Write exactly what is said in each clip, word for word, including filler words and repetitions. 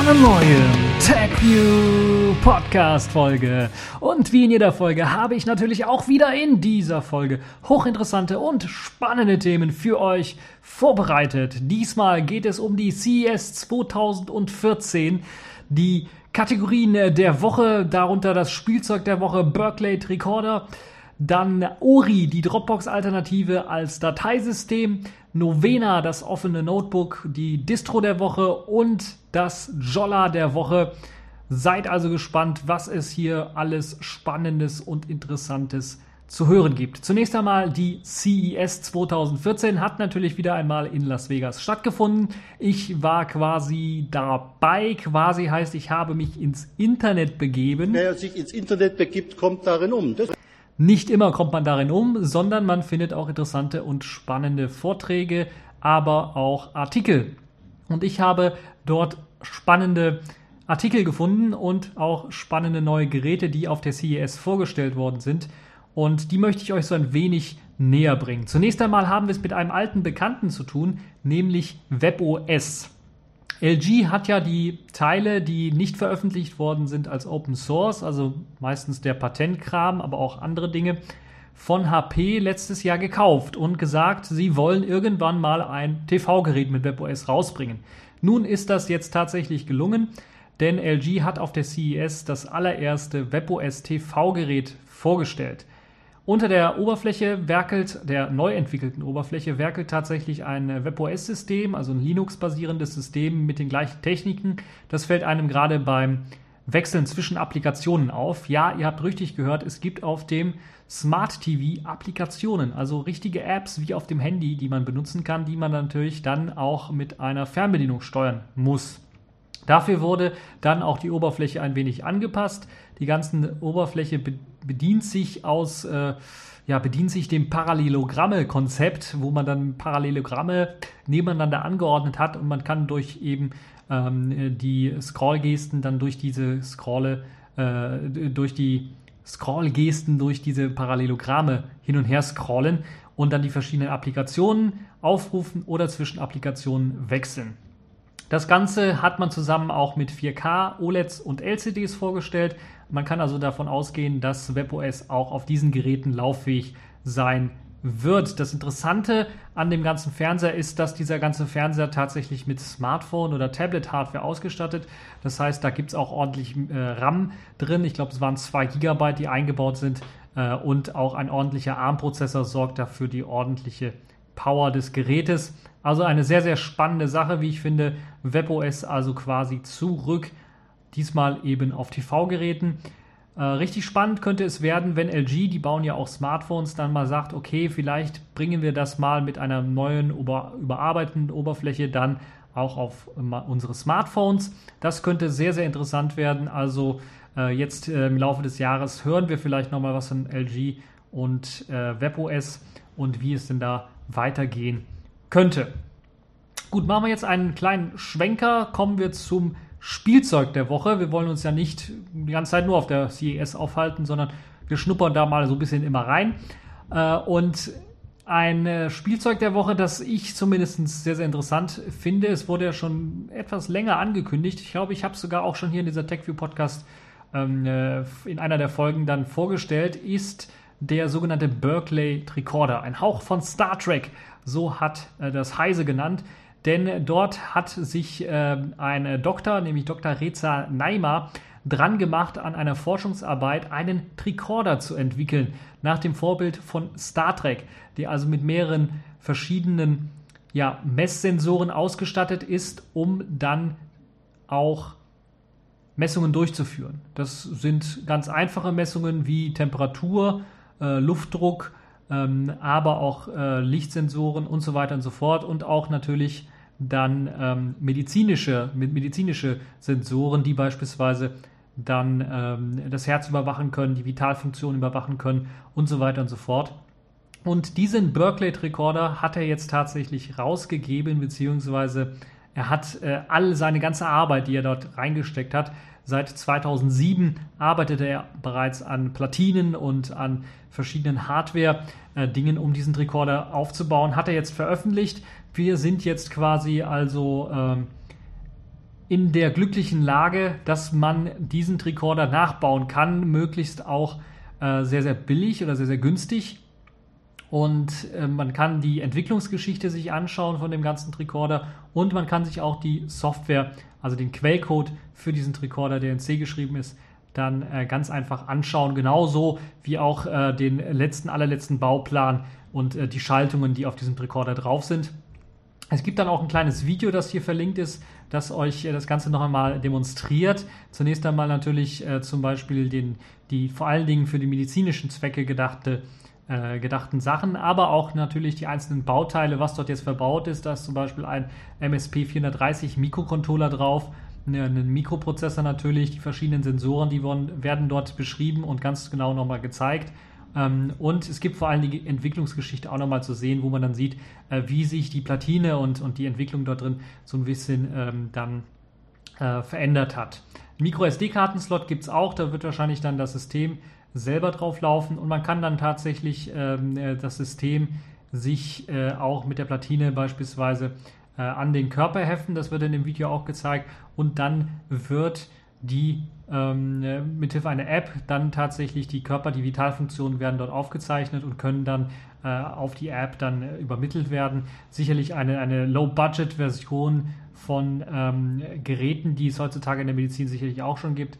einer neuen TechView Podcast Folge. Und wie in jeder Folge habe ich natürlich auch wieder in dieser Folge hochinteressante und spannende Themen für euch vorbereitet. Diesmal geht es um die C E S zwanzig vierzehn, die Kategorien der Woche, darunter das Spielzeug der Woche Berkeley Tricorder, dann Ori, die Dropbox-Alternative als Dateisystem, Novena, das offene Notebook, die Distro der Woche und das Jolla der Woche. Seid also gespannt, was es hier alles Spannendes und Interessantes zu hören gibt. Zunächst einmal die C E S zwanzig vierzehn hat natürlich wieder einmal in Las Vegas stattgefunden. Ich war quasi dabei, quasi heißt, ich habe mich ins Internet begeben. Wer sich ins Internet begibt, kommt darin um. Das Nicht immer kommt man darin um, sondern man findet auch interessante und spannende Vorträge, aber auch Artikel. Und ich habe dort spannende Artikel gefunden und auch spannende neue Geräte, die auf der C E S vorgestellt worden sind. Und die möchte ich euch so ein wenig näher bringen. Zunächst einmal haben wir es mit einem alten Bekannten zu tun, nämlich WebOS. L G hat ja die Teile, die nicht veröffentlicht worden sind als Open Source, also meistens der Patentkram, aber auch andere Dinge, von H P letztes Jahr gekauft und gesagt, sie wollen irgendwann mal ein T V-Gerät mit WebOS rausbringen. Nun ist das jetzt tatsächlich gelungen, denn L G hat auf der C E S das allererste WebOS T V-Gerät vorgestellt. Unter der Oberfläche werkelt, der neu entwickelten Oberfläche, werkelt tatsächlich ein WebOS-System, also ein Linux-basierendes System mit den gleichen Techniken. Das fällt einem gerade beim Wechseln zwischen Applikationen auf. Ja, ihr habt richtig gehört, es gibt auf dem Smart T V Applikationen, also richtige Apps wie auf dem Handy, die man benutzen kann, die man natürlich dann auch mit einer Fernbedienung steuern muss. Dafür wurde dann auch die Oberfläche ein wenig angepasst. Die ganze Oberfläche bedient sich aus, äh, ja, bedient sich dem Parallelogramme-Konzept, wo man dann Parallelogramme nebeneinander angeordnet hat und man kann durch eben ähm, die Scrollgesten dann durch diese Scrolle, äh, durch die Scrollgesten durch diese Parallelogramme hin und her scrollen und dann die verschiedenen Applikationen aufrufen oder zwischen Applikationen wechseln. Das Ganze hat man zusammen auch mit vier K, O L E Ds und L C Ds vorgestellt. Man kann also davon ausgehen, dass WebOS auch auf diesen Geräten lauffähig sein wird. Das Interessante an dem ganzen Fernseher ist, dass dieser ganze Fernseher tatsächlich mit Smartphone- oder Tablet-Hardware ausgestattet. Das heißt, da gibt es auch ordentlich äh, RAM drin. Ich glaube, es waren zwei Gigabyte, die eingebaut sind. Äh, und auch ein ordentlicher ARM-Prozessor sorgt dafür die ordentliche Power des Gerätes. Also eine sehr, sehr spannende Sache, wie ich finde. WebOS also quasi zurück, diesmal eben auf T V-Geräten. Äh, richtig spannend könnte es werden, wenn L G, die bauen ja auch Smartphones, dann mal sagt, okay, vielleicht bringen wir das mal mit einer neuen, über, überarbeiteten Oberfläche dann auch auf äh, unsere Smartphones. Das könnte sehr, sehr interessant werden. Also äh, jetzt äh, im Laufe des Jahres hören wir vielleicht nochmal was von L G und äh, WebOS und wie es denn da weitergehen könnte. Gut, machen wir jetzt einen kleinen Schwenker, kommen wir zum Spielzeug der Woche. Wir wollen uns ja nicht die ganze Zeit nur auf der C E S aufhalten, sondern wir schnuppern da mal so ein bisschen immer rein. Und ein Spielzeug der Woche, das ich zumindest sehr, sehr interessant finde, es wurde ja schon etwas länger angekündigt. Ich glaube, ich habe es sogar auch schon hier in dieser TechView-Podcast in einer der Folgen dann vorgestellt, ist der sogenannte Berkeley Tricorder. Ein Hauch von Star Trek, so hat das Heise genannt. Denn dort hat sich äh, ein Doktor, nämlich Doktor Reza Naima, dran gemacht, an einer Forschungsarbeit einen Tricorder zu entwickeln, nach dem Vorbild von Star Trek, der also mit mehreren verschiedenen ja, Messsensoren ausgestattet ist, um dann auch Messungen durchzuführen. Das sind ganz einfache Messungen wie Temperatur, äh, Luftdruck, ähm, aber auch äh, Lichtsensoren und so weiter und so fort und auch natürlich dann ähm, medizinische, mit medizinische Sensoren, die beispielsweise dann ähm, das Herz überwachen können, die Vitalfunktion überwachen können und so weiter und so fort. Und diesen Berkeley Tricorder hat er jetzt tatsächlich rausgegeben, beziehungsweise er hat äh, all seine ganze Arbeit, die er dort reingesteckt hat, seit zweitausendsieben arbeitete er bereits an Platinen und an verschiedenen Hardware-Dingen, um diesen Tricorder aufzubauen, hat er jetzt veröffentlicht. Wir sind jetzt quasi also ähm, in der glücklichen Lage, dass man diesen Tricorder nachbauen kann, möglichst auch äh, sehr, sehr billig oder sehr, sehr günstig. Und äh, man kann die Entwicklungsgeschichte sich anschauen von dem ganzen Tricorder und man kann sich auch die Software, also den Quellcode für diesen Tricorder, der in C geschrieben ist, dann äh, ganz einfach anschauen. Genauso wie auch äh, den letzten, allerletzten Bauplan und äh, die Schaltungen, die auf diesem Tricorder drauf sind. Es gibt dann auch ein kleines Video, das hier verlinkt ist, das euch äh, das Ganze noch einmal demonstriert. Zunächst einmal natürlich äh, zum Beispiel den, die vor allen Dingen für die medizinischen Zwecke gedachte Äh, gedachten Sachen, aber auch natürlich die einzelnen Bauteile, was dort jetzt verbaut ist. Da ist zum Beispiel ein M S P vierhundertdreißig Mikrocontroller drauf, ein Mikroprozessor natürlich, die verschiedenen Sensoren, die werden dort beschrieben und ganz genau nochmal gezeigt. Ähm, und es gibt vor allem die Entwicklungsgeschichte auch nochmal zu sehen, wo man dann sieht, äh, wie sich die Platine und, und die Entwicklung dort drin so ein bisschen ähm, dann äh, verändert hat. Micro-S D-Kartenslot gibt es auch, da wird wahrscheinlich dann das System selber drauf laufen und man kann dann tatsächlich ähm, das System sich äh, auch mit der Platine beispielsweise äh, an den Körper heften, das wird in dem Video auch gezeigt und dann wird die ähm, mithilfe einer App dann tatsächlich die Körper, die Vitalfunktionen werden dort aufgezeichnet und können dann äh, auf die App dann äh, übermittelt werden. Sicherlich eine, eine Low-Budget-Version von ähm, Geräten, die es heutzutage in der Medizin sicherlich auch schon gibt,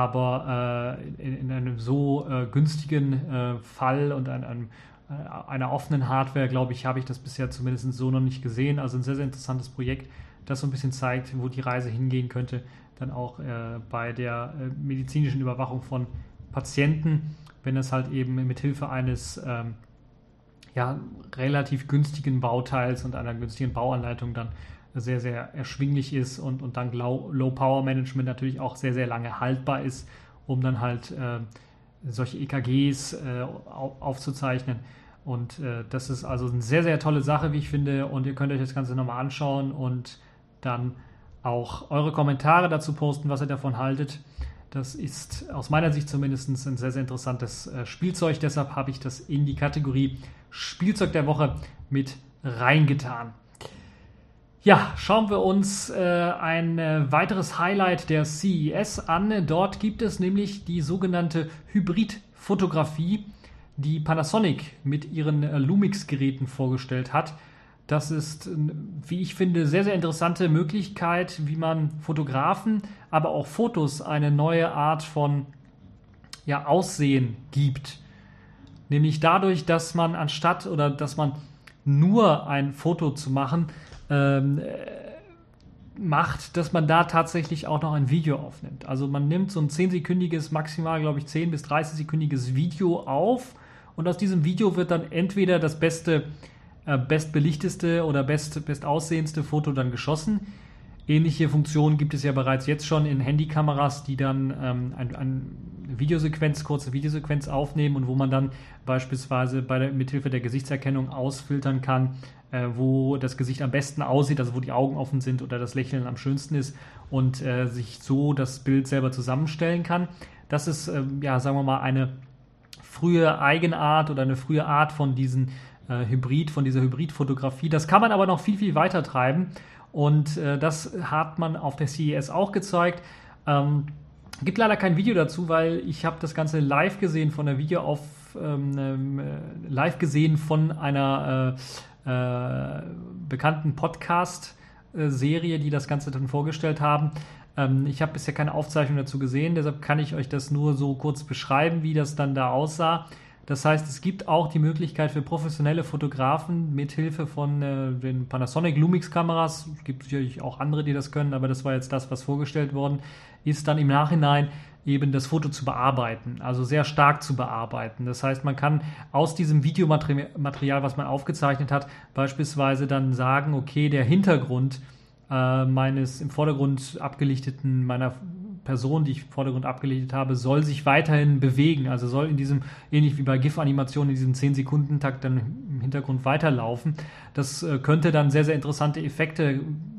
aber äh, in, in einem so äh, günstigen äh, Fall und an, an äh, einer offenen Hardware, glaube ich, habe ich das bisher zumindest so noch nicht gesehen. Also ein sehr, sehr interessantes Projekt, das so ein bisschen zeigt, wo die Reise hingehen könnte, dann auch äh, bei der äh, medizinischen Überwachung von Patienten, wenn es halt eben mit Hilfe eines ähm, ja, relativ günstigen Bauteils und einer günstigen Bauanleitung dann sehr, sehr erschwinglich ist und, und dank Low-Power-Management natürlich auch sehr, sehr lange haltbar ist, um dann halt äh, solche E K Gs äh, auf, aufzuzeichnen. Und äh, das ist also eine sehr, sehr tolle Sache, wie ich finde. Und ihr könnt euch das Ganze nochmal anschauen und dann auch eure Kommentare dazu posten, was ihr davon haltet. Das ist aus meiner Sicht zumindest ein sehr, sehr interessantes äh, Spielzeug. Deshalb habe ich das in die Kategorie Spielzeug der Woche mit reingetan. Ja, schauen wir uns äh, ein äh, weiteres Highlight der C E S an. Dort gibt es nämlich die sogenannte Hybridfotografie, die Panasonic mit ihren äh, Lumix-Geräten vorgestellt hat. Das ist, wie ich finde, sehr, sehr interessante Möglichkeit, wie man Fotografen, aber auch Fotos eine neue Art von ja, Aussehen gibt. Nämlich dadurch, dass man anstatt oder dass man nur ein Foto zu machen, ähm, macht, dass man da tatsächlich auch noch ein Video aufnimmt. Also man nimmt so ein zehnsekündiges, maximal glaube ich zehn bis dreißig-sekündiges Video auf und aus diesem Video wird dann entweder das beste, äh, bestbelichteste oder best, bestaussehendste Foto dann geschossen. Ähnliche Funktionen gibt es ja bereits jetzt schon in Handykameras, die dann ähm, eine ein Videosequenz, kurze Videosequenz aufnehmen und wo man dann beispielsweise bei der, mithilfe der Gesichtserkennung ausfiltern kann, äh, wo das Gesicht am besten aussieht, also wo die Augen offen sind oder das Lächeln am schönsten ist und äh, sich so das Bild selber zusammenstellen kann. Das ist, äh, ja, sagen wir mal, eine frühe Eigenart oder eine frühe Art von diesen äh, Hybrid, von dieser Hybridfotografie. Das kann man aber noch viel, viel weiter treiben. Und äh, das hat man auf der C E S auch gezeigt. Ähm, gibt leider kein Video dazu, weil ich habe das Ganze live gesehen von der Video auf ähm, äh, live gesehen von einer äh, äh, bekannten Podcast-Serie, die das Ganze dann vorgestellt haben. Ähm, ich habe bisher keine Aufzeichnung dazu gesehen, deshalb kann ich euch das nur so kurz beschreiben, wie das dann da aussah. Das heißt, es gibt auch die Möglichkeit für professionelle Fotografen mithilfe von äh, den Panasonic Lumix-Kameras, es gibt sicherlich auch andere, die das können, aber das war jetzt das, was vorgestellt worden ist, dann im Nachhinein eben das Foto zu bearbeiten, also sehr stark zu bearbeiten. Das heißt, man kann aus diesem Videomaterial, was man aufgezeichnet hat, beispielsweise dann sagen, okay, der Hintergrund äh, meines im Vordergrund abgelichteten, meiner Person, die ich im Vordergrund abgelichtet habe, soll sich weiterhin bewegen, also soll in diesem, ähnlich wie bei GIF-Animationen, in diesem zehn-Sekunden-Takt dann im Hintergrund weiterlaufen. Das äh, könnte dann sehr, sehr interessante Effekte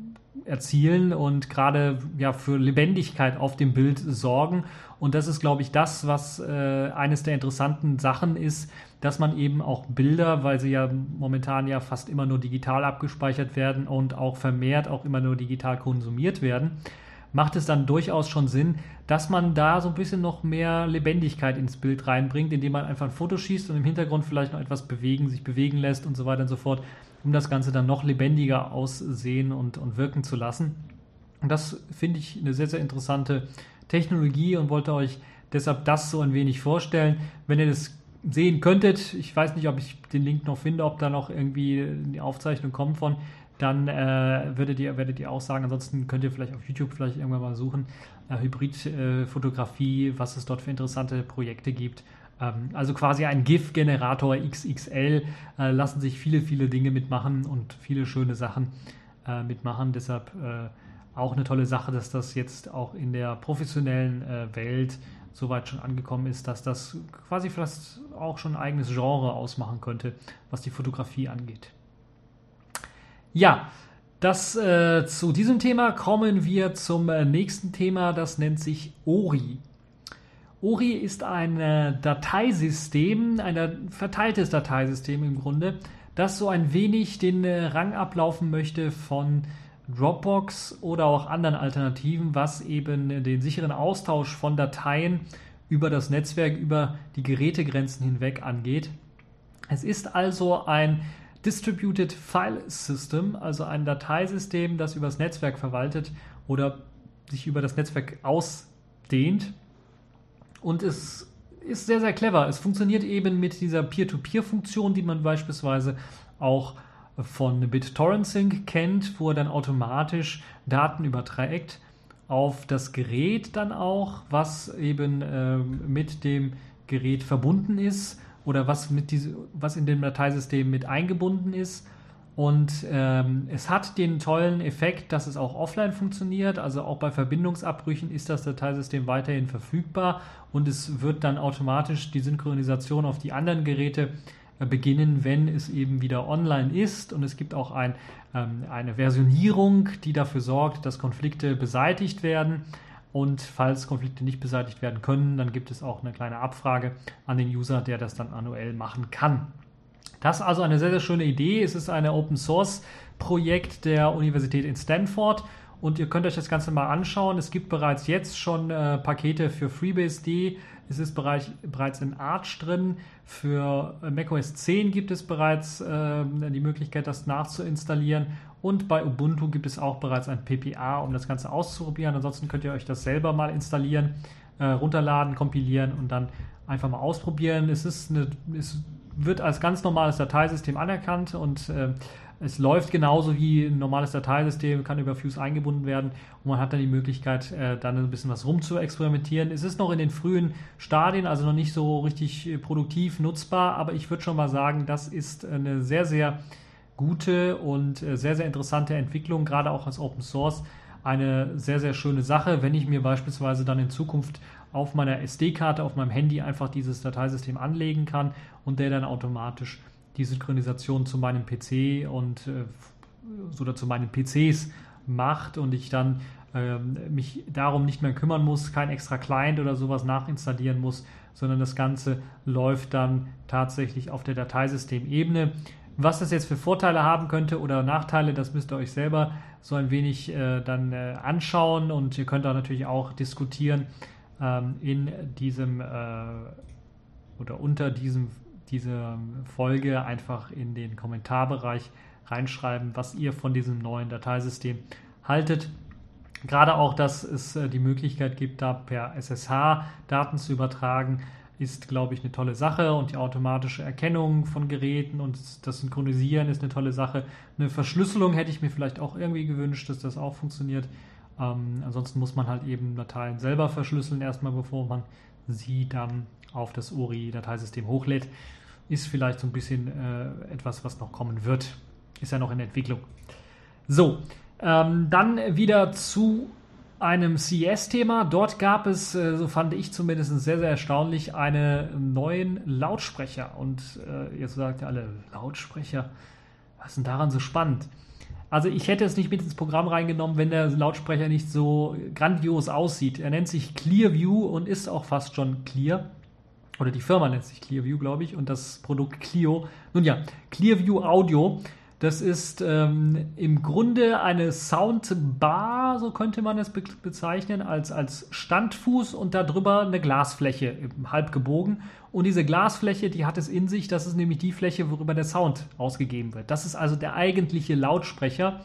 erzielen und gerade ja für Lebendigkeit auf dem Bild sorgen. Und das ist, glaube ich, das, was äh, eines der interessanten Sachen ist, dass man eben auch Bilder, weil sie ja momentan ja fast immer nur digital abgespeichert werden und auch vermehrt auch immer nur digital konsumiert werden, macht es dann durchaus schon Sinn, dass man da so ein bisschen noch mehr Lebendigkeit ins Bild reinbringt, indem man einfach ein Foto schießt und im Hintergrund vielleicht noch etwas bewegen, sich bewegen lässt und so weiter und so fort, um das Ganze dann noch lebendiger aussehen und, und wirken zu lassen. Und das finde ich eine sehr, sehr interessante Technologie und wollte euch deshalb das so ein wenig vorstellen. Wenn ihr das sehen könntet, ich weiß nicht, ob ich den Link noch finde, ob da noch irgendwie die Aufzeichnung kommt von, dann äh, würdet ihr, werdet ihr auch sagen, ansonsten könnt ihr vielleicht auf YouTube vielleicht irgendwann mal suchen, äh, Hybridfotografie, äh, was es dort für interessante Projekte gibt. Ähm, also quasi ein GIF-Generator X X L, äh, lassen sich viele, viele Dinge mitmachen und viele schöne Sachen äh, mitmachen. Deshalb äh, auch eine tolle Sache, dass das jetzt auch in der professionellen äh, Welt soweit schon angekommen ist, dass das quasi vielleicht auch schon ein eigenes Genre ausmachen könnte, was die Fotografie angeht. Ja, das äh, zu diesem Thema. Kommen wir zum äh, nächsten Thema, das nennt sich Ori. Ori ist ein äh, Dateisystem, ein verteiltes Dateisystem im Grunde, das so ein wenig den äh, Rang ablaufen möchte von Dropbox oder auch anderen Alternativen, was eben den sicheren Austausch von Dateien über das Netzwerk, über die Gerätegrenzen hinweg angeht. Es ist also ein Distributed File System, also ein Dateisystem, das über das Netzwerk verwaltet oder sich über das Netzwerk ausdehnt. Und es ist sehr, sehr clever. Es funktioniert eben mit dieser Peer-to-Peer-Funktion, die man beispielsweise auch von BitTorrent Sync kennt, wo er dann automatisch Daten überträgt auf das Gerät dann auch, was eben äh, mit dem Gerät verbunden ist oder was, mit diese, was in dem Dateisystem mit eingebunden ist. Und ähm, es hat den tollen Effekt, dass es auch offline funktioniert, also auch bei Verbindungsabbrüchen ist das Dateisystem weiterhin verfügbar und es wird dann automatisch die Synchronisation auf die anderen Geräte beginnen, wenn es eben wieder online ist, und es gibt auch ein, ähm, eine Versionierung, die dafür sorgt, dass Konflikte beseitigt werden, und falls Konflikte nicht beseitigt werden können, dann gibt es auch eine kleine Abfrage an den User, der das dann manuell machen kann. Das ist also eine sehr, sehr schöne Idee. Es ist ein Open-Source-Projekt der Universität in Stanford und ihr könnt euch das Ganze mal anschauen. Es gibt bereits jetzt schon äh, Pakete für FreeBSD. Es ist bereits, bereits in Arch drin. Für macOS zehn gibt es bereits äh, die Möglichkeit, das nachzuinstallieren. Und bei Ubuntu gibt es auch bereits ein P P A, um das Ganze auszuprobieren. Ansonsten könnt ihr euch das selber mal installieren, äh, runterladen, kompilieren und dann einfach mal ausprobieren. Es ist eine, es wird als ganz normales Dateisystem anerkannt und äh, es läuft genauso wie ein normales Dateisystem, kann über Fuse eingebunden werden und man hat dann die Möglichkeit, äh, dann ein bisschen was rum zu experimentieren. Es ist noch in den frühen Stadien, also noch nicht so richtig äh, produktiv nutzbar, aber ich würde schon mal sagen, das ist eine sehr, sehr gute und äh, sehr, sehr interessante Entwicklung, gerade auch als Open Source. Eine sehr, sehr schöne Sache, wenn ich mir beispielsweise dann in Zukunft auf meiner S D-Karte, auf meinem Handy einfach dieses Dateisystem anlegen kann und der dann automatisch die Synchronisation zu meinem P C und äh, oder zu meinen P Cs macht und ich dann äh, mich darum nicht mehr kümmern muss, kein extra Client oder sowas nachinstallieren muss, sondern das Ganze läuft dann tatsächlich auf der Dateisystemebene. Was das jetzt für Vorteile haben könnte oder Nachteile, das müsst ihr euch selber so ein wenig äh, dann äh, anschauen und ihr könnt da natürlich auch diskutieren ähm, in diesem äh, oder unter diesem diese Folge einfach in den Kommentarbereich reinschreiben, was ihr von diesem neuen Dateisystem haltet. Gerade auch, dass es die Möglichkeit gibt, da per S S H Daten zu übertragen, ist, glaube ich, eine tolle Sache, und die automatische Erkennung von Geräten und das Synchronisieren ist eine tolle Sache. Eine Verschlüsselung hätte ich mir vielleicht auch irgendwie gewünscht, dass das auch funktioniert. Ähm, ansonsten muss man halt eben Dateien selber verschlüsseln, erstmal bevor man sie dann auf das Ori-Dateisystem hochlädt. Ist vielleicht so ein bisschen äh, etwas, was noch kommen wird. Ist ja noch in Entwicklung. So, ähm, dann wieder zu einem C E S-Thema. Dort gab es, äh, so fand ich zumindest sehr, sehr erstaunlich, einen neuen Lautsprecher. Und äh, jetzt sagt ihr alle, Lautsprecher, was ist denn daran so spannend? Also ich hätte es nicht mit ins Programm reingenommen, wenn der Lautsprecher nicht so grandios aussieht. Er nennt sich Clearview und ist auch fast schon clear. Oder die Firma nennt sich Clearview, glaube ich, und das Produkt Clio. Nun ja, Clearview Audio Das ist ähm, im Grunde eine Soundbar, so könnte man es be- bezeichnen, als, als Standfuß und darüber eine Glasfläche, halb gebogen. Und diese Glasfläche, die hat es in sich, das ist nämlich die Fläche, worüber der Sound ausgegeben wird. Das ist also der eigentliche Lautsprecher.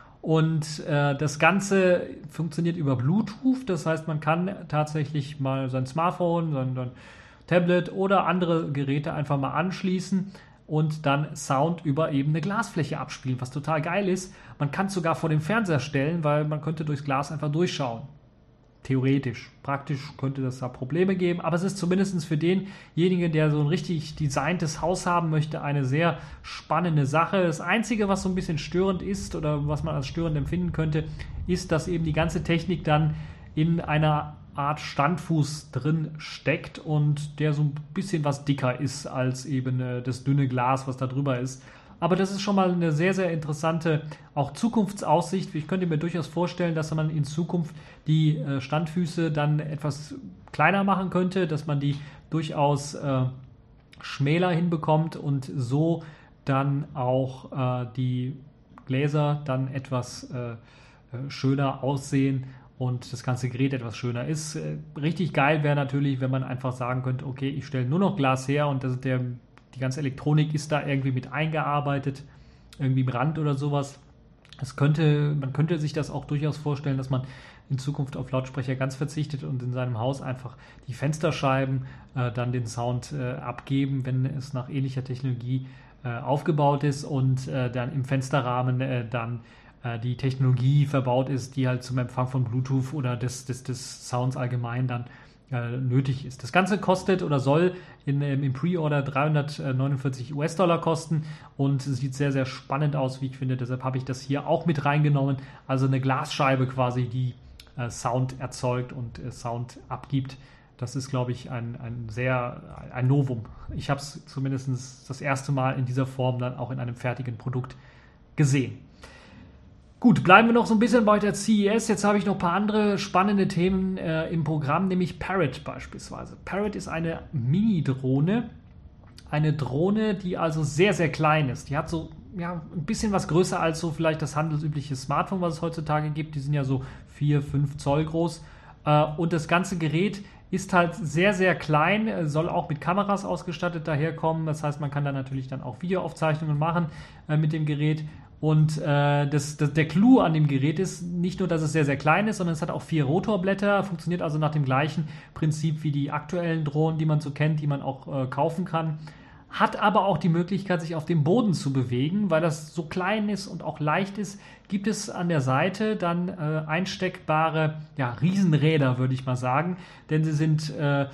Und äh, das Ganze funktioniert über Bluetooth, das heißt, man kann tatsächlich mal sein Smartphone, sein, sein Tablet oder andere Geräte einfach mal anschließen und dann Sound über eben eine Glasfläche abspielen, was total geil ist. Man kann es sogar vor dem Fernseher stellen, weil man könnte durchs Glas einfach durchschauen. Theoretisch. Praktisch könnte das da Probleme geben, aber es ist zumindest für denjenigen, der so ein richtig designtes Haus haben möchte, eine sehr spannende Sache. Das Einzige, was so ein bisschen störend ist oder was man als störend empfinden könnte, ist, dass eben die ganze Technik dann in einer Art Standfuß drin steckt und der so ein bisschen was dicker ist als eben äh, das dünne Glas, was da drüber ist. Aber das ist schon mal eine sehr, sehr interessante auch Zukunftsaussicht. Ich könnte mir durchaus vorstellen, dass man in Zukunft die äh, Standfüße dann etwas kleiner machen könnte, dass man die durchaus äh, schmäler hinbekommt und so dann auch äh, die Gläser dann etwas äh, schöner aussehen und das ganze Gerät etwas schöner ist. Äh, richtig geil wäre natürlich, wenn man einfach sagen könnte, okay, ich stelle nur noch Glas her und das ist der Die ganze Elektronik ist da irgendwie mit eingearbeitet, irgendwie im Rand oder sowas. Es könnte, man könnte sich das auch durchaus vorstellen, dass man in Zukunft auf Lautsprecher ganz verzichtet und in seinem Haus einfach die Fensterscheiben äh, dann den Sound äh, abgeben, wenn es nach ähnlicher Technologie äh, aufgebaut ist und äh, dann im Fensterrahmen äh, dann äh, die Technologie verbaut ist, die halt zum Empfang von Bluetooth oder des, des, des Sounds allgemein dann nötig ist. Das Ganze kostet oder soll in, im Pre-Order dreihundertneunundvierzig US-Dollar kosten und sieht sehr, sehr spannend aus, wie ich finde. Deshalb habe ich das hier auch mit reingenommen. Also eine Glasscheibe quasi, die äh, Sound erzeugt und äh, Sound abgibt. Das ist, glaube ich, ein, ein sehr ein Novum. Ich habe es zumindest das erste Mal in dieser Form dann auch in einem fertigen Produkt gesehen. Gut, bleiben wir noch so ein bisschen bei der C E S. Jetzt habe ich noch ein paar andere spannende Themen äh, im Programm, nämlich Parrot beispielsweise. Parrot ist eine Mini-Drohne, eine Drohne, die also sehr, sehr klein ist. Die hat so ja, ein bisschen was größer als so vielleicht das handelsübliche Smartphone, was es heutzutage gibt. Die sind ja so vier, fünf Zoll groß. Äh, und das ganze Gerät ist halt sehr, sehr klein, soll auch mit Kameras ausgestattet daherkommen. Das heißt, man kann da natürlich dann auch Videoaufzeichnungen machen äh, mit dem Gerät. Und äh, das, das, der Clou an dem Gerät ist nicht nur, dass es sehr, sehr klein ist, sondern es hat auch vier Rotorblätter, funktioniert also nach dem gleichen Prinzip wie die aktuellen Drohnen, die man so kennt, die man auch äh, kaufen kann. Hat aber auch die Möglichkeit, sich auf dem Boden zu bewegen, weil das so klein ist und auch leicht ist, gibt es an der Seite dann äh, einsteckbare ja, Riesenräder, würde ich mal sagen, denn sie sind äh,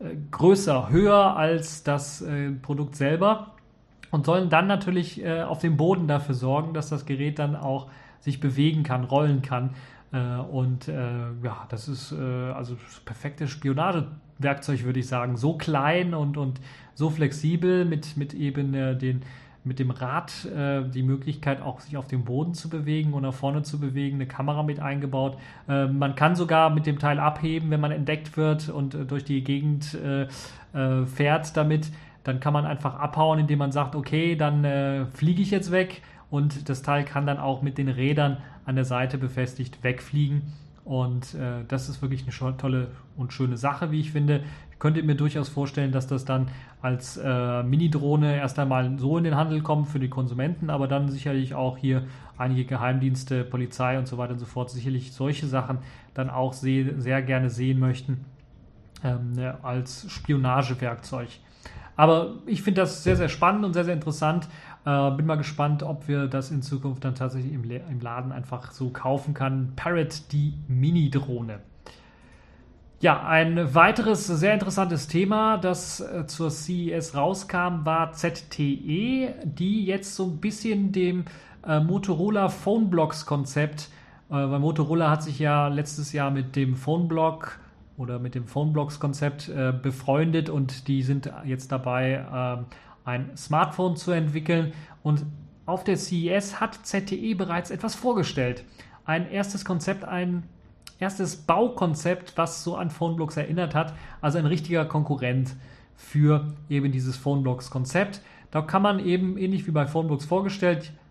größer, höher als das äh, Produkt selber. Und sollen dann natürlich äh, auf dem Boden dafür sorgen, dass das Gerät dann auch sich bewegen kann, rollen kann. Äh, und äh, ja, das ist äh, also das perfekte Spionagewerkzeug, würde ich sagen. So klein und, und so flexibel mit, mit eben äh, den, mit dem Rad äh, die Möglichkeit auch sich auf dem Boden zu bewegen und nach vorne zu bewegen, eine Kamera mit eingebaut. Äh, man kann sogar mit dem Teil abheben, wenn man entdeckt wird und äh, durch die Gegend äh, äh, fährt damit. Dann kann man einfach abhauen, indem man sagt, okay, dann äh, fliege ich jetzt weg und das Teil kann dann auch mit den Rädern an der Seite befestigt wegfliegen und äh, das ist wirklich eine tolle und schöne Sache, wie ich finde. Ich könnte mir durchaus vorstellen, dass das dann als äh, Mini-Drohne erst einmal so in den Handel kommt für die Konsumenten, aber dann sicherlich auch hier einige Geheimdienste, Polizei und so weiter und so fort sicherlich solche Sachen dann auch seh- sehr gerne sehen möchten ähm, ja, als Spionagewerkzeug. Aber ich finde das sehr, sehr spannend und sehr, sehr interessant. Äh, bin mal gespannt, ob wir das in Zukunft dann tatsächlich im, Le- im Laden einfach so kaufen kann. Parrot, die Mini-Drohne. Ja, ein weiteres sehr interessantes Thema, das äh, zur C E S rauskam, war Z T E, die jetzt so ein bisschen dem äh, Motorola PhoneBlocks-Konzept, äh, weil Motorola hat sich ja letztes Jahr mit dem PhoneBlock oder mit dem PhoneBlocks-Konzept äh, befreundet und die sind jetzt dabei, ähm, ein Smartphone zu entwickeln. Und auf der C E S hat Z T E bereits etwas vorgestellt. Ein erstes Konzept, ein erstes Baukonzept, was so an PhoneBlocks erinnert hat. Also ein richtiger Konkurrent für eben dieses PhoneBlocks-Konzept. Da kann man eben, ähnlich wie bei PhoneBlocks vorgestellt,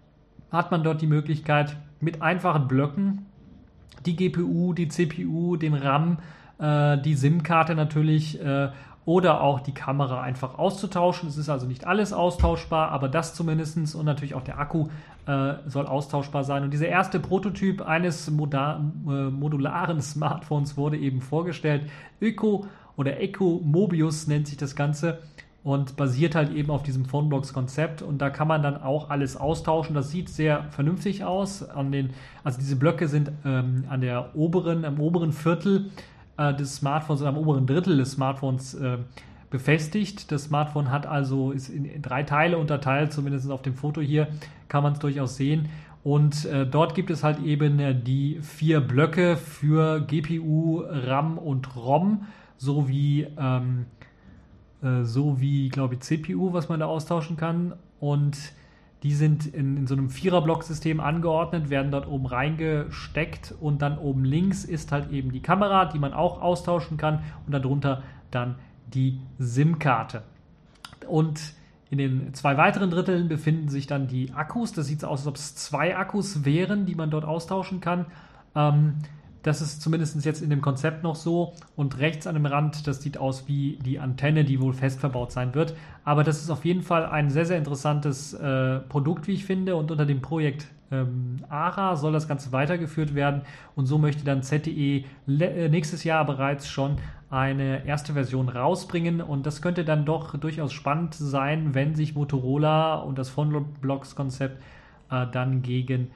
hat man dort die Möglichkeit, mit einfachen Blöcken die G P U, die C P U, den RAM, äh, die SIM-Karte natürlich äh, oder auch die Kamera einfach auszutauschen. Es ist also nicht alles austauschbar, aber das zumindest und natürlich auch der Akku äh, soll austauschbar sein. Und dieser erste Prototyp eines moda- äh, modularen Smartphones wurde eben vorgestellt. Eco oder Eco Mobius nennt sich das Ganze und basiert halt eben auf diesem Phonebox-Konzept. Und da kann man dann auch alles austauschen. Das sieht sehr vernünftig aus. An den, also diese Blöcke sind ähm, an der oberen, am oberen Viertel des Smartphones oder am oberen Drittel des Smartphones äh, befestigt. Das Smartphone hat also, ist in, in drei Teile unterteilt, zumindest auf dem Foto hier kann man es durchaus sehen. Und äh, dort gibt es halt eben äh, die vier Blöcke für G P U, RAM und ROM sowie, ähm, äh, sowie glaube ich, C P U, was man da austauschen kann. Und die sind in, in so einem Vierer-Block-System angeordnet, werden dort oben reingesteckt und dann oben links ist halt eben die Kamera, die man auch austauschen kann und darunter dann die SIM-Karte. Und in den zwei weiteren Dritteln befinden sich dann die Akkus. Das sieht so aus, als ob es zwei Akkus wären, die man dort austauschen kann. Ähm, Das ist zumindest jetzt in dem Konzept noch so. Und rechts an dem Rand, das sieht aus wie die Antenne, die wohl fest verbaut sein wird. Aber das ist auf jeden Fall ein sehr, sehr interessantes äh, Produkt, wie ich finde. Und unter dem Projekt ähm, A R A soll das Ganze weitergeführt werden. Und so möchte dann Z T E le- äh, nächstes Jahr bereits schon eine erste Version rausbringen. Und das könnte dann doch durchaus spannend sein, wenn sich Motorola und das Phonebox-Konzept äh, dann gegen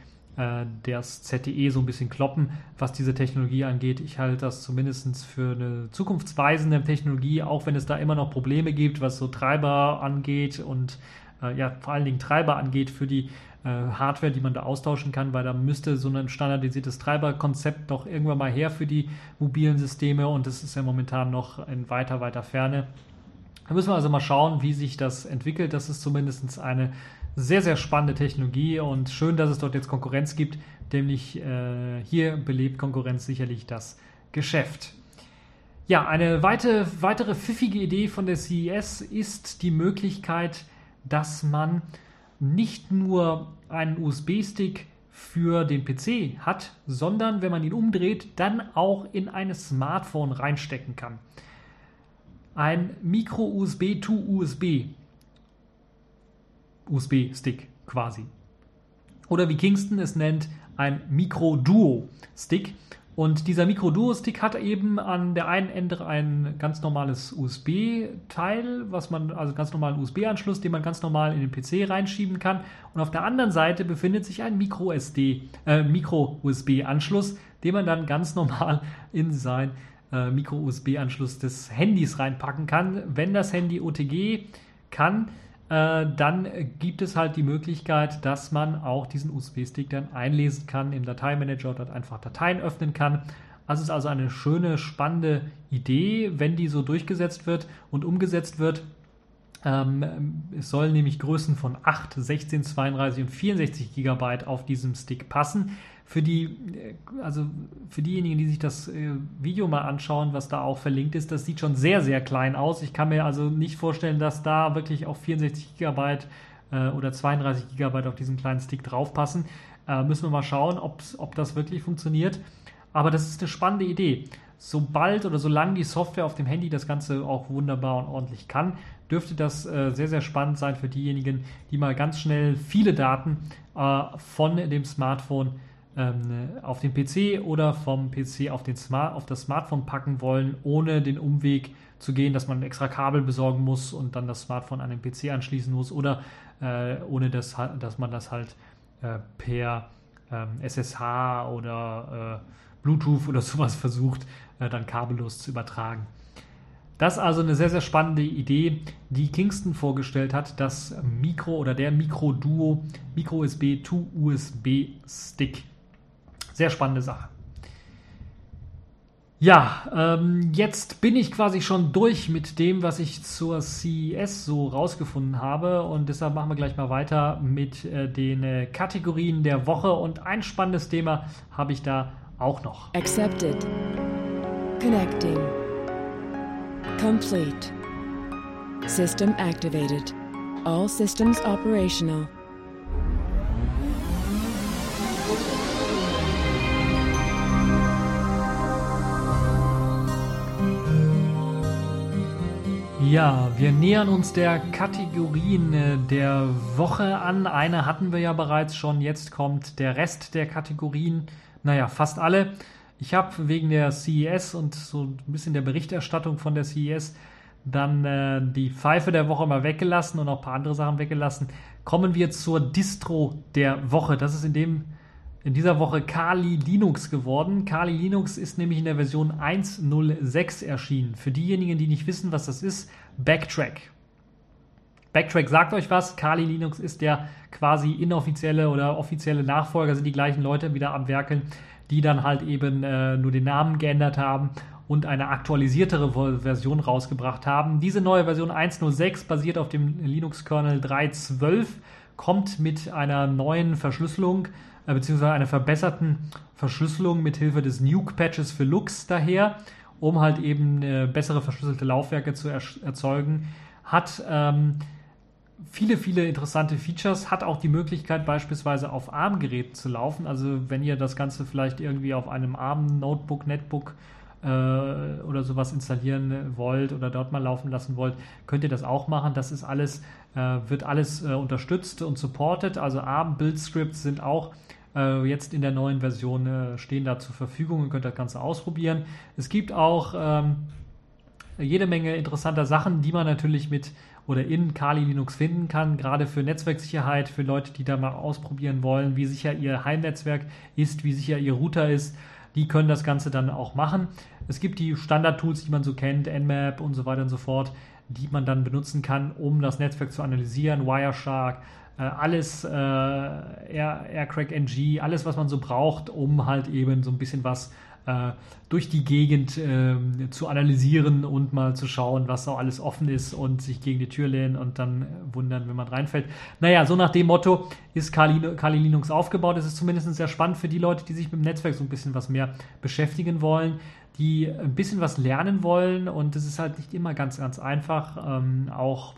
das Z T E so ein bisschen kloppen, was diese Technologie angeht. Ich halte das zumindest für eine zukunftsweisende Technologie, auch wenn es da immer noch Probleme gibt, was so Treiber angeht und äh, ja, vor allen Dingen Treiber angeht für die äh, Hardware, die man da austauschen kann, weil da müsste so ein standardisiertes Treiberkonzept doch irgendwann mal her für die mobilen Systeme und das ist ja momentan noch in weiter, weiter Ferne. Da müssen wir also mal schauen, wie sich das entwickelt. Das ist zumindest eine sehr, sehr spannende Technologie und schön, dass es dort jetzt Konkurrenz gibt, nämlich äh, hier belebt Konkurrenz sicherlich das Geschäft. Ja, eine weite, weitere pfiffige Idee von der C E S ist die Möglichkeit, dass man nicht nur einen U S B-Stick für den P C hat, sondern wenn man ihn umdreht, dann auch in ein Smartphone reinstecken kann. Ein Micro-U S B to U S B U S B-Stick quasi. Oder wie Kingston es nennt, ein Micro-Duo-Stick. Und dieser Micro-Duo-Stick hat eben an der einen Ende ein ganz normales U S B-Teil, was man, also ganz normalen U S B-Anschluss, den man ganz normal in den P C reinschieben kann. Und auf der anderen Seite befindet sich ein Micro-S D, äh, Micro-U S B-Anschluss, den man dann ganz normal in sein äh, Micro-U S B-Anschluss des Handys reinpacken kann. Wenn das Handy O T G kann, dann gibt es halt die Möglichkeit, dass man auch diesen U S B-Stick dann einlesen kann im Dateimanager und dort einfach Dateien öffnen kann. Das ist also eine schöne, spannende Idee, wenn die so durchgesetzt wird und umgesetzt wird. Ähm, es sollen nämlich Größen von acht, sechzehn, zweiunddreißig und vierundsechzig Gigabyte auf diesem Stick passen. Für die, also für diejenigen, die sich das äh, Video mal anschauen, was da auch verlinkt ist, das sieht schon sehr, sehr klein aus. Ich kann mir also nicht vorstellen, dass da wirklich auch vierundsechzig Gigabyte äh, oder zweiunddreißig Gigabyte auf diesem kleinen Stick draufpassen. Äh, müssen wir mal schauen, ob's, ob das wirklich funktioniert. Aber das ist eine spannende Idee. Sobald oder solange die Software auf dem Handy das Ganze auch wunderbar und ordentlich kann, dürfte das äh, sehr, sehr spannend sein für diejenigen, die mal ganz schnell viele Daten äh, von dem Smartphone auf den P C oder vom P C auf, den Smart, auf das Smartphone packen wollen, ohne den Umweg zu gehen, dass man ein extra Kabel besorgen muss und dann das Smartphone an den P C anschließen muss oder äh, ohne das, dass man das halt äh, per ähm, S S H oder äh, Bluetooth oder sowas versucht, äh, dann kabellos zu übertragen. Das ist also eine sehr, sehr spannende Idee, die Kingston vorgestellt hat, das Micro oder der Micro-Duo Micro-U S B to U S B-Stick. Sehr spannende Sache. Ja, ähm, jetzt bin ich quasi schon durch mit dem, was ich zur C E S so rausgefunden habe und deshalb machen wir gleich mal weiter mit äh, den äh, Kategorien der Woche und ein spannendes Thema habe ich da auch noch. Accepted. Connecting. Complete. System activated. All systems operational. Ja, wir nähern uns der Kategorien äh, der Woche an. Eine hatten wir ja bereits schon, jetzt kommt der Rest der Kategorien, naja, fast alle. Ich habe wegen der C E S und so ein bisschen der Berichterstattung von der C E S dann äh, die Pfeife der Woche mal weggelassen und auch ein paar andere Sachen weggelassen. Kommen wir zur Distro der Woche. Das ist in dem in dieser Woche Kali Linux geworden. Kali Linux ist nämlich in der Version eins Punkt null sechs erschienen. Für diejenigen, die nicht wissen, was das ist, Backtrack. Backtrack sagt euch was. Kali Linux ist der quasi inoffizielle oder offizielle Nachfolger, sind die gleichen Leute wieder am Werkeln, die dann halt eben äh, nur den Namen geändert haben und eine aktualisiertere Version rausgebracht haben. Diese neue Version eins Punkt null sechs basiert auf dem Linux-Kernel drei Punkt zwölf, kommt mit einer neuen Verschlüsselung äh, beziehungsweise einer verbesserten Verschlüsselung mit Hilfe des Nuke-Patches für Lux daher, um halt eben äh, bessere verschlüsselte Laufwerke zu er- erzeugen. Hat ähm, viele, viele interessante Features, hat auch die Möglichkeit beispielsweise auf ARM-Geräten zu laufen. Also wenn ihr das Ganze vielleicht irgendwie auf einem ARM-Notebook, Netbook äh, oder sowas installieren wollt oder dort mal laufen lassen wollt, könnt ihr das auch machen. Das ist alles, äh, wird alles äh, unterstützt und supported. Also ARM-Build-Scripts sind auch äh, jetzt in der neuen Version äh, stehen da zur Verfügung und könnt das Ganze ausprobieren. Es gibt auch ähm, jede Menge interessanter Sachen, die man natürlich mit oder in Kali Linux finden kann, gerade für Netzwerksicherheit, für Leute, die da mal ausprobieren wollen, wie sicher ihr Heimnetzwerk ist, wie sicher ihr Router ist. Die können das Ganze dann auch machen. Es gibt die Standard-Tools, die man so kennt, Nmap und so weiter und so fort, die man dann benutzen kann, um das Netzwerk zu analysieren. Wireshark, äh, alles, äh, Air, Aircrack N G, alles, was man so braucht, um halt eben so ein bisschen was äh, durch die Gegend äh, zu analysieren und mal zu schauen, was auch alles offen ist und sich gegen die Tür lehnen und dann wundern, wenn man reinfällt. Naja, so nach dem Motto ist Kali, Kali Linux aufgebaut. Es ist zumindest sehr spannend für die Leute, die sich mit dem Netzwerk so ein bisschen was mehr beschäftigen wollen, die ein bisschen was lernen wollen, und es ist halt nicht immer ganz, ganz einfach. Ähm, auch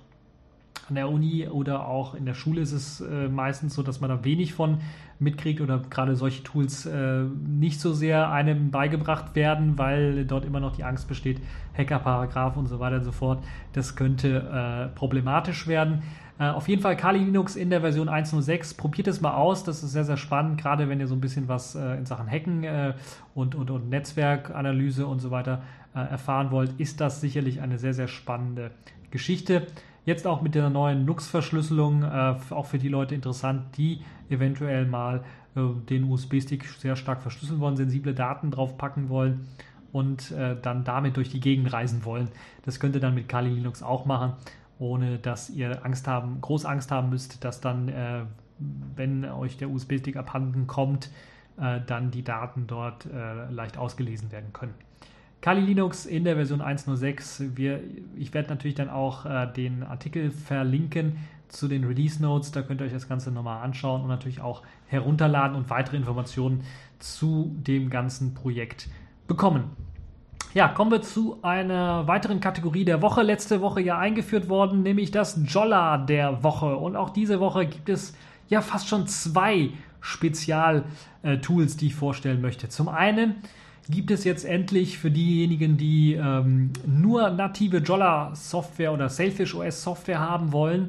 an der Uni oder auch in der Schule ist es äh, meistens so, dass man da wenig von mitkriegt oder gerade solche Tools äh, nicht so sehr einem beigebracht werden, weil dort immer noch die Angst besteht, Hackerparagraph und so weiter und so fort. Das könnte äh, problematisch werden. Äh, auf jeden Fall Kali Linux in der Version eins Punkt null sechs. Probiert es mal aus, das ist sehr, sehr spannend, gerade wenn ihr so ein bisschen was äh, in Sachen Hacken äh, und, und, und Netzwerkanalyse und so weiter äh, erfahren wollt, ist das sicherlich eine sehr, sehr spannende Geschichte. Jetzt auch mit der neuen Lux-Verschlüsselung, äh, auch für die Leute interessant, die eventuell mal äh, den U S B-Stick sehr stark verschlüsseln wollen, sensible Daten drauf packen wollen und äh, dann damit durch die Gegend reisen wollen. Das könnt ihr dann mit Kali Linux auch machen, ohne dass ihr Angst haben, groß Angst haben müsst, dass dann, äh, wenn euch der U S B-Stick abhanden kommt, äh, dann die Daten dort äh, leicht ausgelesen werden können. Kali Linux in der Version eins Punkt null sechs. Wir, ich werde natürlich dann auch äh, den Artikel verlinken zu den Release Notes. Da könnt ihr euch das Ganze nochmal anschauen und natürlich auch herunterladen und weitere Informationen zu dem ganzen Projekt bekommen. Ja, kommen wir zu einer weiteren Kategorie der Woche. Letzte Woche ja eingeführt worden, nämlich das Jolla der Woche. Und auch diese Woche gibt es ja fast schon zwei Spezial-Tools, die ich vorstellen möchte. Zum einen gibt es jetzt endlich für diejenigen, die ähm, nur native Jolla-Software oder Sailfish O S-Software haben wollen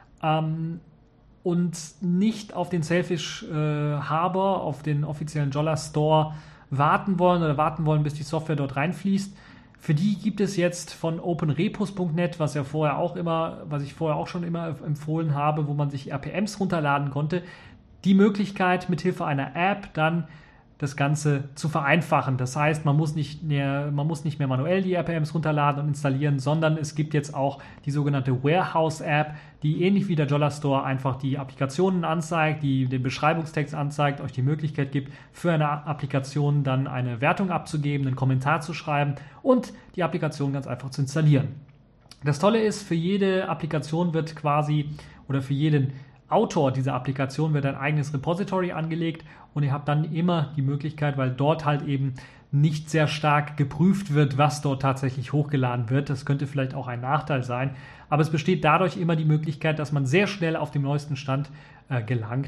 ähm, und nicht auf den Sailfish äh, Harbor, auf den offiziellen Jolla Store warten wollen oder warten wollen, bis die Software dort reinfließt. Für die gibt es jetzt von openrepos Punkt net, was ja vorher auch immer, was ich vorher auch schon immer empfohlen habe, wo man sich R P Ms runterladen konnte, die Möglichkeit, mithilfe einer App dann das Ganze zu vereinfachen. Das heißt, man muss nicht mehr, man muss nicht mehr manuell die R P Ms runterladen und installieren, sondern es gibt jetzt auch die sogenannte Warehouse-App, die ähnlich wie der Jolla Store einfach die Applikationen anzeigt, die den Beschreibungstext anzeigt, euch die Möglichkeit gibt, für eine Applikation dann eine Wertung abzugeben, einen Kommentar zu schreiben und die Applikation ganz einfach zu installieren. Das Tolle ist, für jede Applikation wird quasi oder für jeden Autor dieser Applikation wird ein eigenes Repository angelegt und ihr habt dann immer die Möglichkeit, weil dort halt eben nicht sehr stark geprüft wird, was dort tatsächlich hochgeladen wird. Das könnte vielleicht auch ein Nachteil sein, aber es besteht dadurch immer die Möglichkeit, dass man sehr schnell auf dem neuesten Stand äh, gelangt,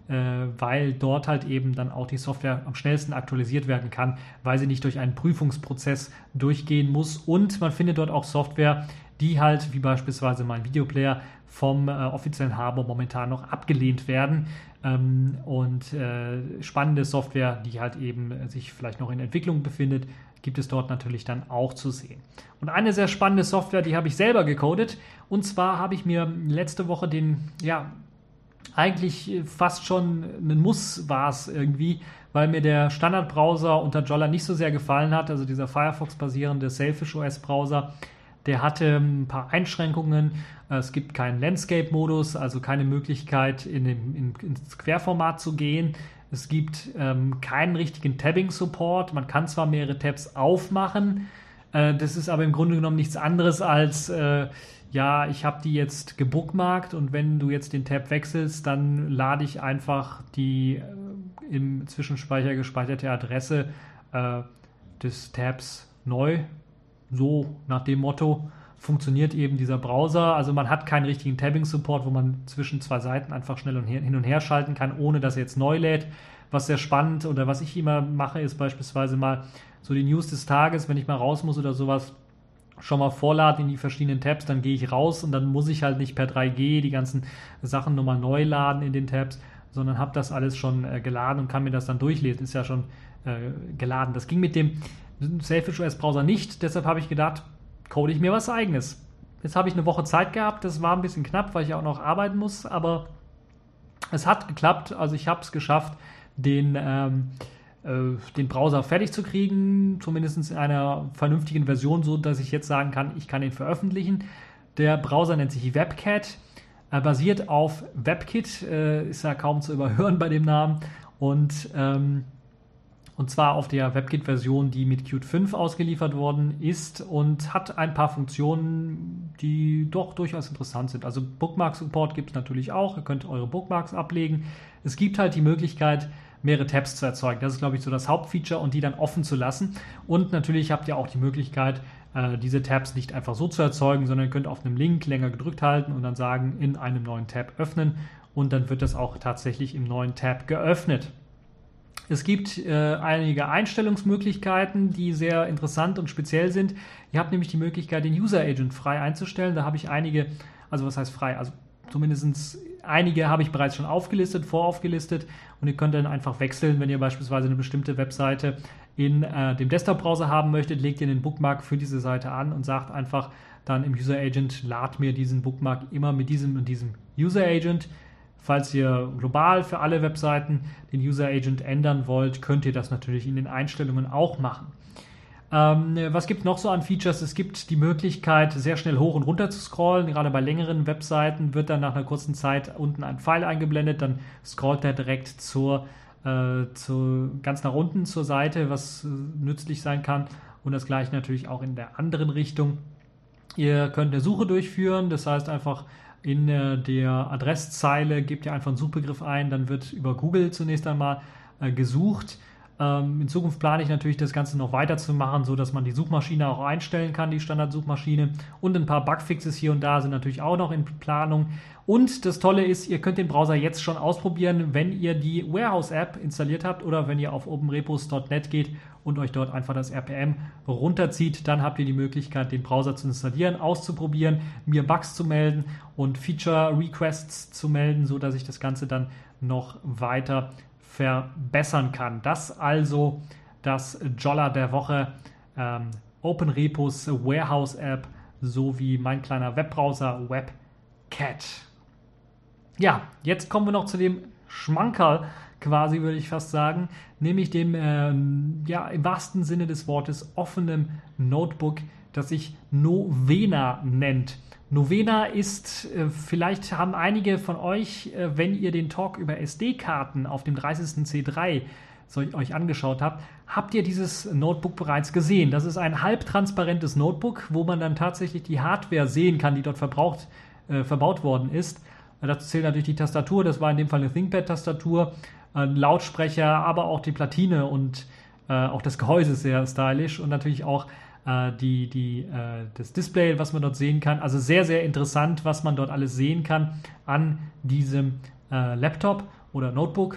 weil dort halt eben dann auch die Software am schnellsten aktualisiert werden kann, weil sie nicht durch einen Prüfungsprozess durchgehen muss. Und man findet dort auch Software, die halt, wie beispielsweise mein Videoplayer, vom äh, offiziellen Harbor momentan noch abgelehnt werden. Ähm, und äh, spannende Software, die halt eben äh, sich vielleicht noch in Entwicklung befindet, gibt es dort natürlich dann auch zu sehen. Und eine sehr spannende Software, die habe ich selber gecodet. Und zwar habe ich mir letzte Woche den, ja, eigentlich fast schon ein Muss war es irgendwie, weil mir der Standardbrowser unter Jolla nicht so sehr gefallen hat, also dieser Firefox-basierende Sailfish O S-Browser, der hatte ein paar Einschränkungen. Es gibt keinen Landscape-Modus, also keine Möglichkeit, in den, in, ins Querformat zu gehen. Es gibt ähm, keinen richtigen Tabbing-Support. Man kann zwar mehrere Tabs aufmachen, äh, das ist aber im Grunde genommen nichts anderes als, äh, ja, ich habe die jetzt gebookmarkt und wenn du jetzt den Tab wechselst, dann lade ich einfach die äh, im Zwischenspeicher gespeicherte Adresse äh, des Tabs neu. So nach dem Motto funktioniert eben dieser Browser. Also man hat keinen richtigen Tabbing-Support, wo man zwischen zwei Seiten einfach schnell und her, hin und her schalten kann, ohne dass er jetzt neu lädt. Was sehr spannend oder was ich immer mache, ist beispielsweise mal so die News des Tages, wenn ich mal raus muss oder sowas, schon mal vorladen in die verschiedenen Tabs, dann gehe ich raus und dann muss ich halt nicht per drei G die ganzen Sachen nochmal neu laden in den Tabs, sondern habe das alles schon äh, geladen und kann mir das dann durchlesen. Ist ja schon äh, geladen. Das ging mit dem Sailfish O S-Browser nicht, deshalb habe ich gedacht, code ich mir was Eigenes. Jetzt habe ich eine Woche Zeit gehabt, das war ein bisschen knapp, weil ich ja auch noch arbeiten muss, aber es hat geklappt, also ich habe es geschafft, den, ähm, äh, den Browser fertig zu kriegen, zumindest in einer vernünftigen Version, so dass ich jetzt sagen kann, ich kann ihn veröffentlichen. Der Browser nennt sich WebCat, äh, basiert auf WebKit, äh, ist ja kaum zu überhören bei dem Namen und ähm, Und zwar auf der WebKit-Version, die mit Qt fünf ausgeliefert worden ist und hat ein paar Funktionen, die doch durchaus interessant sind. Also Bookmark-Support gibt es natürlich auch. Ihr könnt eure Bookmarks ablegen. Es gibt halt die Möglichkeit, mehrere Tabs zu erzeugen. Das ist, glaube ich, so das Hauptfeature und die dann offen zu lassen. Und natürlich habt ihr auch die Möglichkeit, diese Tabs nicht einfach so zu erzeugen, sondern ihr könnt auf einem Link länger gedrückt halten und dann sagen, in einem neuen Tab öffnen. Und dann wird das auch tatsächlich im neuen Tab geöffnet. Es gibt äh, einige Einstellungsmöglichkeiten, die sehr interessant und speziell sind. Ihr habt nämlich die Möglichkeit, den User Agent frei einzustellen. Da habe ich einige, also was heißt frei? Also zumindest einige habe ich bereits schon aufgelistet, voraufgelistet und ihr könnt dann einfach wechseln, wenn ihr beispielsweise eine bestimmte Webseite in äh, dem Desktop-Browser haben möchtet, legt ihr den Bookmark für diese Seite an und sagt einfach dann im User Agent, lad mir diesen Bookmark immer mit diesem und diesem User Agent. Falls ihr global für alle Webseiten den User Agent ändern wollt, könnt ihr das natürlich in den Einstellungen auch machen. Ähm, was gibt es noch so an Features? Es gibt die Möglichkeit, sehr schnell hoch und runter zu scrollen. Gerade bei längeren Webseiten wird dann nach einer kurzen Zeit unten ein Pfeil eingeblendet, dann scrollt er direkt zur, äh, zu, ganz nach unten zur Seite, was äh, nützlich sein kann. Und das gleiche natürlich auch in der anderen Richtung. Ihr könnt eine Suche durchführen, das heißt einfach in der Adresszeile gebt ihr einfach einen Suchbegriff ein, dann wird über Google zunächst einmal äh, gesucht. Ähm, in Zukunft plane ich natürlich das Ganze noch weiterzumachen, so dass man die Suchmaschine auch einstellen kann, die Standardsuchmaschine. Und ein paar Bugfixes hier und da sind natürlich auch noch in Planung. Und das Tolle ist, ihr könnt den Browser jetzt schon ausprobieren, wenn ihr die Warehouse-App installiert habt oder wenn ihr auf openrepos punkt net geht und euch dort einfach das R P M runterzieht. Dann habt ihr die Möglichkeit, den Browser zu installieren, auszuprobieren, mir Bugs zu melden und Feature-Requests zu melden, sodass ich das Ganze dann noch weiter verbessern kann. Das also das Jolla der Woche, ähm, OpenRepos Warehouse-App sowie mein kleiner Webbrowser WebCat. Ja, jetzt kommen wir noch zu dem Schmankerl, quasi würde ich fast sagen, nämlich dem, äh, ja, im wahrsten Sinne des Wortes offenem Notebook, das sich Novena nennt. Novena ist, äh, vielleicht haben einige von euch, äh, wenn ihr den Talk über S D-Karten auf dem dreißigsten C drei so, euch angeschaut habt, habt ihr dieses Notebook bereits gesehen. Das ist ein halbtransparentes Notebook, wo man dann tatsächlich die Hardware sehen kann, die dort verbraucht, äh, verbaut worden ist. Dazu zählt natürlich die Tastatur, das war in dem Fall eine ThinkPad-Tastatur, ein Lautsprecher, aber auch die Platine und äh, auch das Gehäuse ist sehr stylisch und natürlich auch äh, die, die, äh, das Display, was man dort sehen kann. Also sehr, sehr interessant, was man dort alles sehen kann an diesem äh, Laptop. oder Notebook.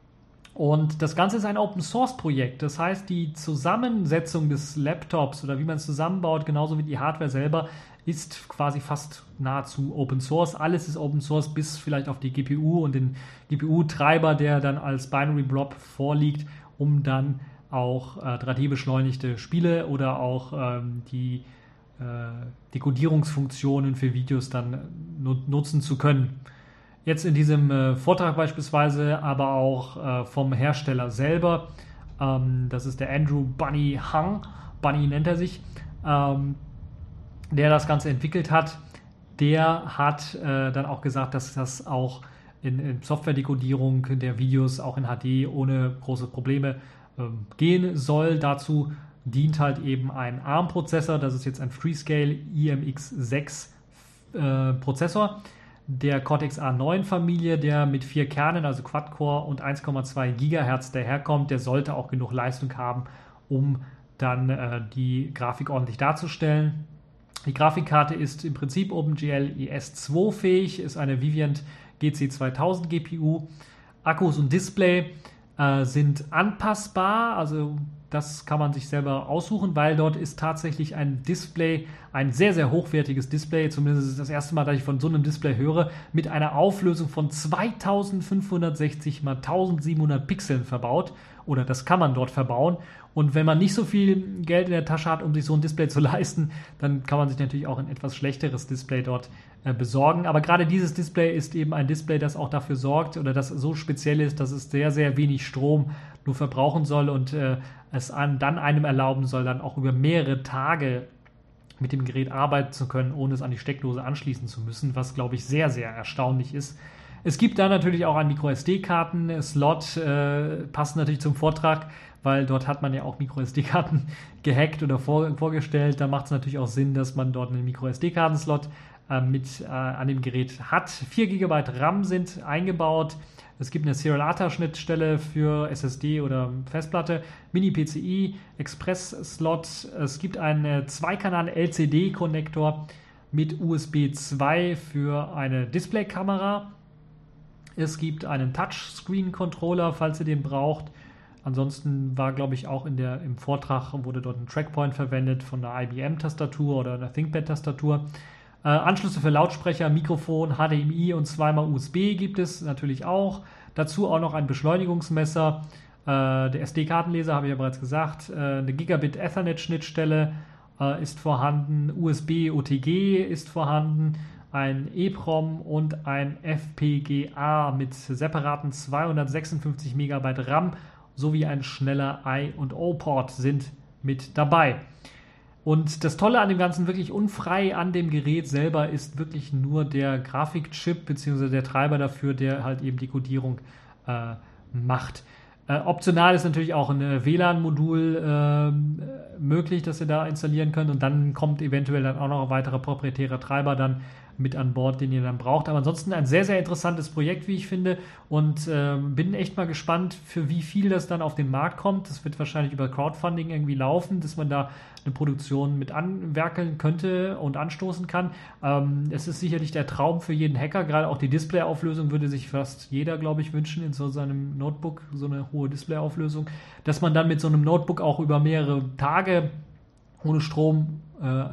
Und das Ganze ist ein Open-Source-Projekt. Das heißt, die Zusammensetzung des Laptops oder wie man es zusammenbaut, genauso wie die Hardware selber, ist quasi fast nahezu Open-Source. Alles ist Open-Source, bis vielleicht auf die G P U und den G P U-Treiber, der dann als Binary-Blob vorliegt, um dann auch äh, drei D-beschleunigte Spiele oder auch ähm, die äh, Dekodierungsfunktionen für Videos dann nut- nutzen zu können. Jetzt in diesem äh, Vortrag beispielsweise, aber auch äh, vom Hersteller selber, ähm, das ist der Andrew Bunny Hung, Bunny nennt er sich, ähm, der das Ganze entwickelt hat, der hat äh, dann auch gesagt, dass das auch in, in Software-Dekodierung der Videos auch in H D ohne große Probleme ähm, gehen soll. Dazu dient halt eben ein ARM-Prozessor, das ist jetzt ein Freescale I M X sechs äh, Prozessor, der Cortex A neun Familie, der mit vier Kernen, also Quad-Core und eins Komma zwei Gigahertz daherkommt, der sollte auch genug Leistung haben, um dann äh, die Grafik ordentlich darzustellen. Die Grafikkarte ist im Prinzip OpenGL E S zwei fähig, ist eine Vivient G C zweitausend G P U. Akkus und Display äh, sind anpassbar, also das kann man sich selber aussuchen, weil dort ist tatsächlich ein Display, ein sehr, sehr hochwertiges Display, zumindest ist das erste Mal, dass ich von so einem Display höre, mit einer Auflösung von zweitausendfünfhundertsechzig mal eintausendsiebenhundert Pixeln verbaut. Oder das kann man dort verbauen. Und wenn man nicht so viel Geld in der Tasche hat, um sich so ein Display zu leisten, dann kann man sich natürlich auch ein etwas schlechteres Display dort äh, besorgen. Aber gerade dieses Display ist eben ein Display, das auch dafür sorgt oder das so speziell ist, dass es sehr, sehr wenig Strom nur verbrauchen soll und äh, es an, dann einem erlauben soll, dann auch über mehrere Tage mit dem Gerät arbeiten zu können, ohne es an die Steckdose anschließen zu müssen, was, glaube ich, sehr, sehr erstaunlich ist. Es gibt da natürlich auch einen Micro-S D-Karten-Slot, äh, passend natürlich zum Vortrag, weil dort hat man ja auch Micro-S D-Karten gehackt oder vor, vorgestellt. Da macht es natürlich auch Sinn, dass man dort einen Micro-S D-Karten-Slot äh, mit äh, an dem Gerät hat. vier Gigabyte RAM sind eingebaut. Es gibt eine Serial A T A-Schnittstelle für S S D oder Festplatte, Mini-P C I, Express-Slot. Es gibt einen Zwei-Kanal-L C D-Konnektor mit U S B zwei für eine Displaykamera. Es gibt einen Touchscreen-Controller, falls ihr den braucht. Ansonsten war, glaube ich, auch in der, im Vortrag wurde dort ein Trackpoint verwendet von einer I B M-Tastatur oder einer ThinkPad-Tastatur. Äh, Anschlüsse für Lautsprecher, Mikrofon, H D M I und zweimal U S B gibt es natürlich auch. Dazu auch noch ein Beschleunigungsmesser. Äh, der S D-Kartenleser, habe ich ja bereits gesagt. Äh, eine Gigabit-Ethernet-Schnittstelle äh, ist vorhanden. U S B O T G ist vorhanden. Ein EEPROM und ein F P G A mit separaten zweihundertsechsundfünfzig Megabyte RAM sowie ein schneller I und O-Port sind mit dabei. Und das Tolle an dem Ganzen, wirklich unfrei an dem Gerät selber, ist wirklich nur der Grafikchip bzw. der Treiber dafür, der halt eben die Codierung äh, macht. Äh, optional ist natürlich auch ein W L A N-Modul äh, möglich, das ihr da installieren könnt, und dann kommt eventuell dann auch noch ein weiterer proprietärer Treiber dann mit an Bord, den ihr dann braucht. Aber ansonsten ein sehr, sehr interessantes Projekt, wie ich finde, und äh, bin echt mal gespannt, für wie viel das dann auf den Markt kommt. Das wird wahrscheinlich über Crowdfunding irgendwie laufen, dass man da eine Produktion mit anwerkeln könnte und anstoßen kann. Ähm, es ist sicherlich der Traum für jeden Hacker, gerade auch die Displayauflösung würde sich fast jeder, glaube ich, wünschen in so seinem Notebook, so eine hohe Displayauflösung, dass man dann mit so einem Notebook auch über mehrere Tage ohne Strom äh,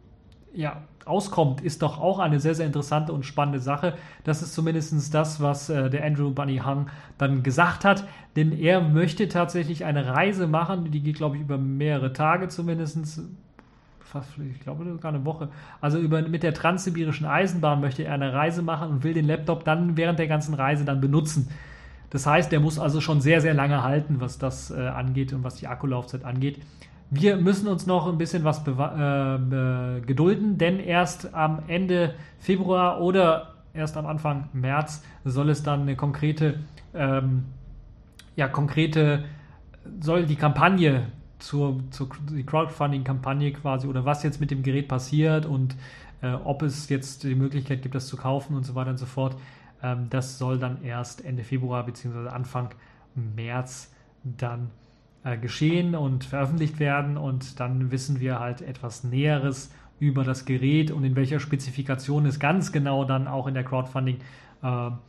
ja, auskommt, ist doch auch eine sehr, sehr interessante und spannende Sache. Das ist zumindest das, was äh, der Andrew Bunny Hung dann gesagt hat, denn er möchte tatsächlich eine Reise machen, die geht, glaube ich, über mehrere Tage zumindest, fast, ich glaube sogar eine Woche. Also über, mit der transsibirischen Eisenbahn möchte er eine Reise machen und will den Laptop dann während der ganzen Reise dann benutzen. Das heißt, der muss also schon sehr, sehr lange halten, was das äh, angeht und was die Akkulaufzeit angeht. Wir müssen uns noch ein bisschen was bewa- äh, gedulden, denn erst am Ende Februar oder erst am Anfang März soll es dann eine konkrete, ähm, ja, konkrete, soll die Kampagne zur, zur die Crowdfunding-Kampagne quasi, oder was jetzt mit dem Gerät passiert und äh, ob es jetzt die Möglichkeit gibt, das zu kaufen und so weiter und so fort, ähm, das soll dann erst Ende Februar bzw. Anfang März dann geschehen und veröffentlicht werden, und dann wissen wir halt etwas Näheres über das Gerät und in welcher Spezifikation es ganz genau dann auch in der Crowdfunding-Kampagne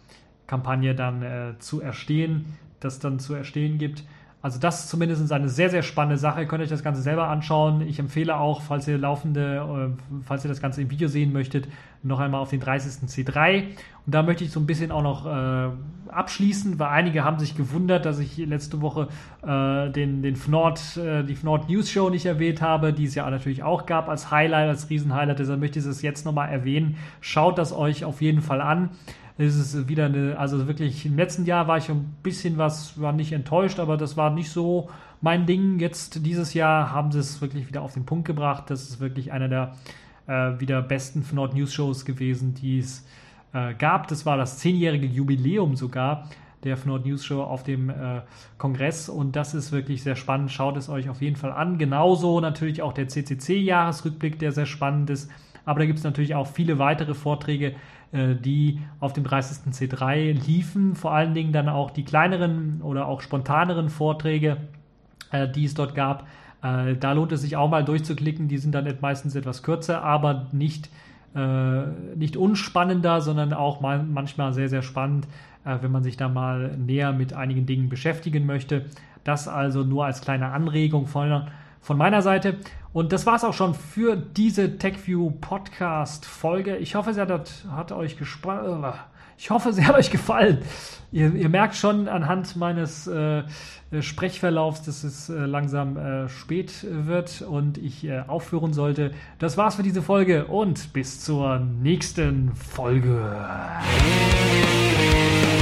Kampagne dann äh, zu erstehen, das dann zu erstehen gibt. Also das ist zumindest eine sehr, sehr spannende Sache. Ihr könnt euch das Ganze selber anschauen. Ich empfehle auch, falls ihr laufende, äh, falls ihr das Ganze im Video sehen möchtet, noch einmal auf den dreißigsten C drei. Und da möchte ich so ein bisschen auch noch äh, abschließen, weil einige haben sich gewundert, dass ich letzte Woche äh, den, den F N O R D, äh, die F N O R D News Show nicht erwähnt habe, die es ja natürlich auch gab als Highlight, als Riesenhighlight. Deshalb möchte ich es jetzt nochmal erwähnen. Schaut das euch auf jeden Fall an. Es ist wieder eine, also wirklich im letzten Jahr war ich ein bisschen was, war nicht enttäuscht, aber das war nicht so mein Ding. Jetzt dieses Jahr haben sie es wirklich wieder auf den Punkt gebracht. Das ist wirklich einer der äh, wieder besten F N O R D News Shows gewesen, die es äh, gab. Das war das zehnjährige Jubiläum sogar der F N O R D News Show auf dem äh, Kongress und das ist wirklich sehr spannend. Schaut es euch auf jeden Fall an. Genauso natürlich auch der C C C-Jahresrückblick, der sehr spannend ist. Aber da gibt es natürlich auch viele weitere Vorträge, die auf dem dreißigsten C drei liefen, vor allen Dingen dann auch die kleineren oder auch spontaneren Vorträge, die es dort gab. Da lohnt es sich auch mal durchzuklicken, die sind dann meistens etwas kürzer, aber nicht, nicht unspannender, sondern auch mal, manchmal sehr, sehr spannend, wenn man sich da mal näher mit einigen Dingen beschäftigen möchte. Das also nur als kleine Anregung von, von meiner Seite. Und das war es auch schon für diese TechView Podcast Folge. Ich hoffe, sie hat, hat euch gespa- ich hoffe, sie hat euch gefallen. Ihr, ihr merkt schon anhand meines äh, Sprechverlaufs, dass es äh, langsam äh, spät wird und ich äh, aufhören sollte. Das war's für diese Folge und bis zur nächsten Folge.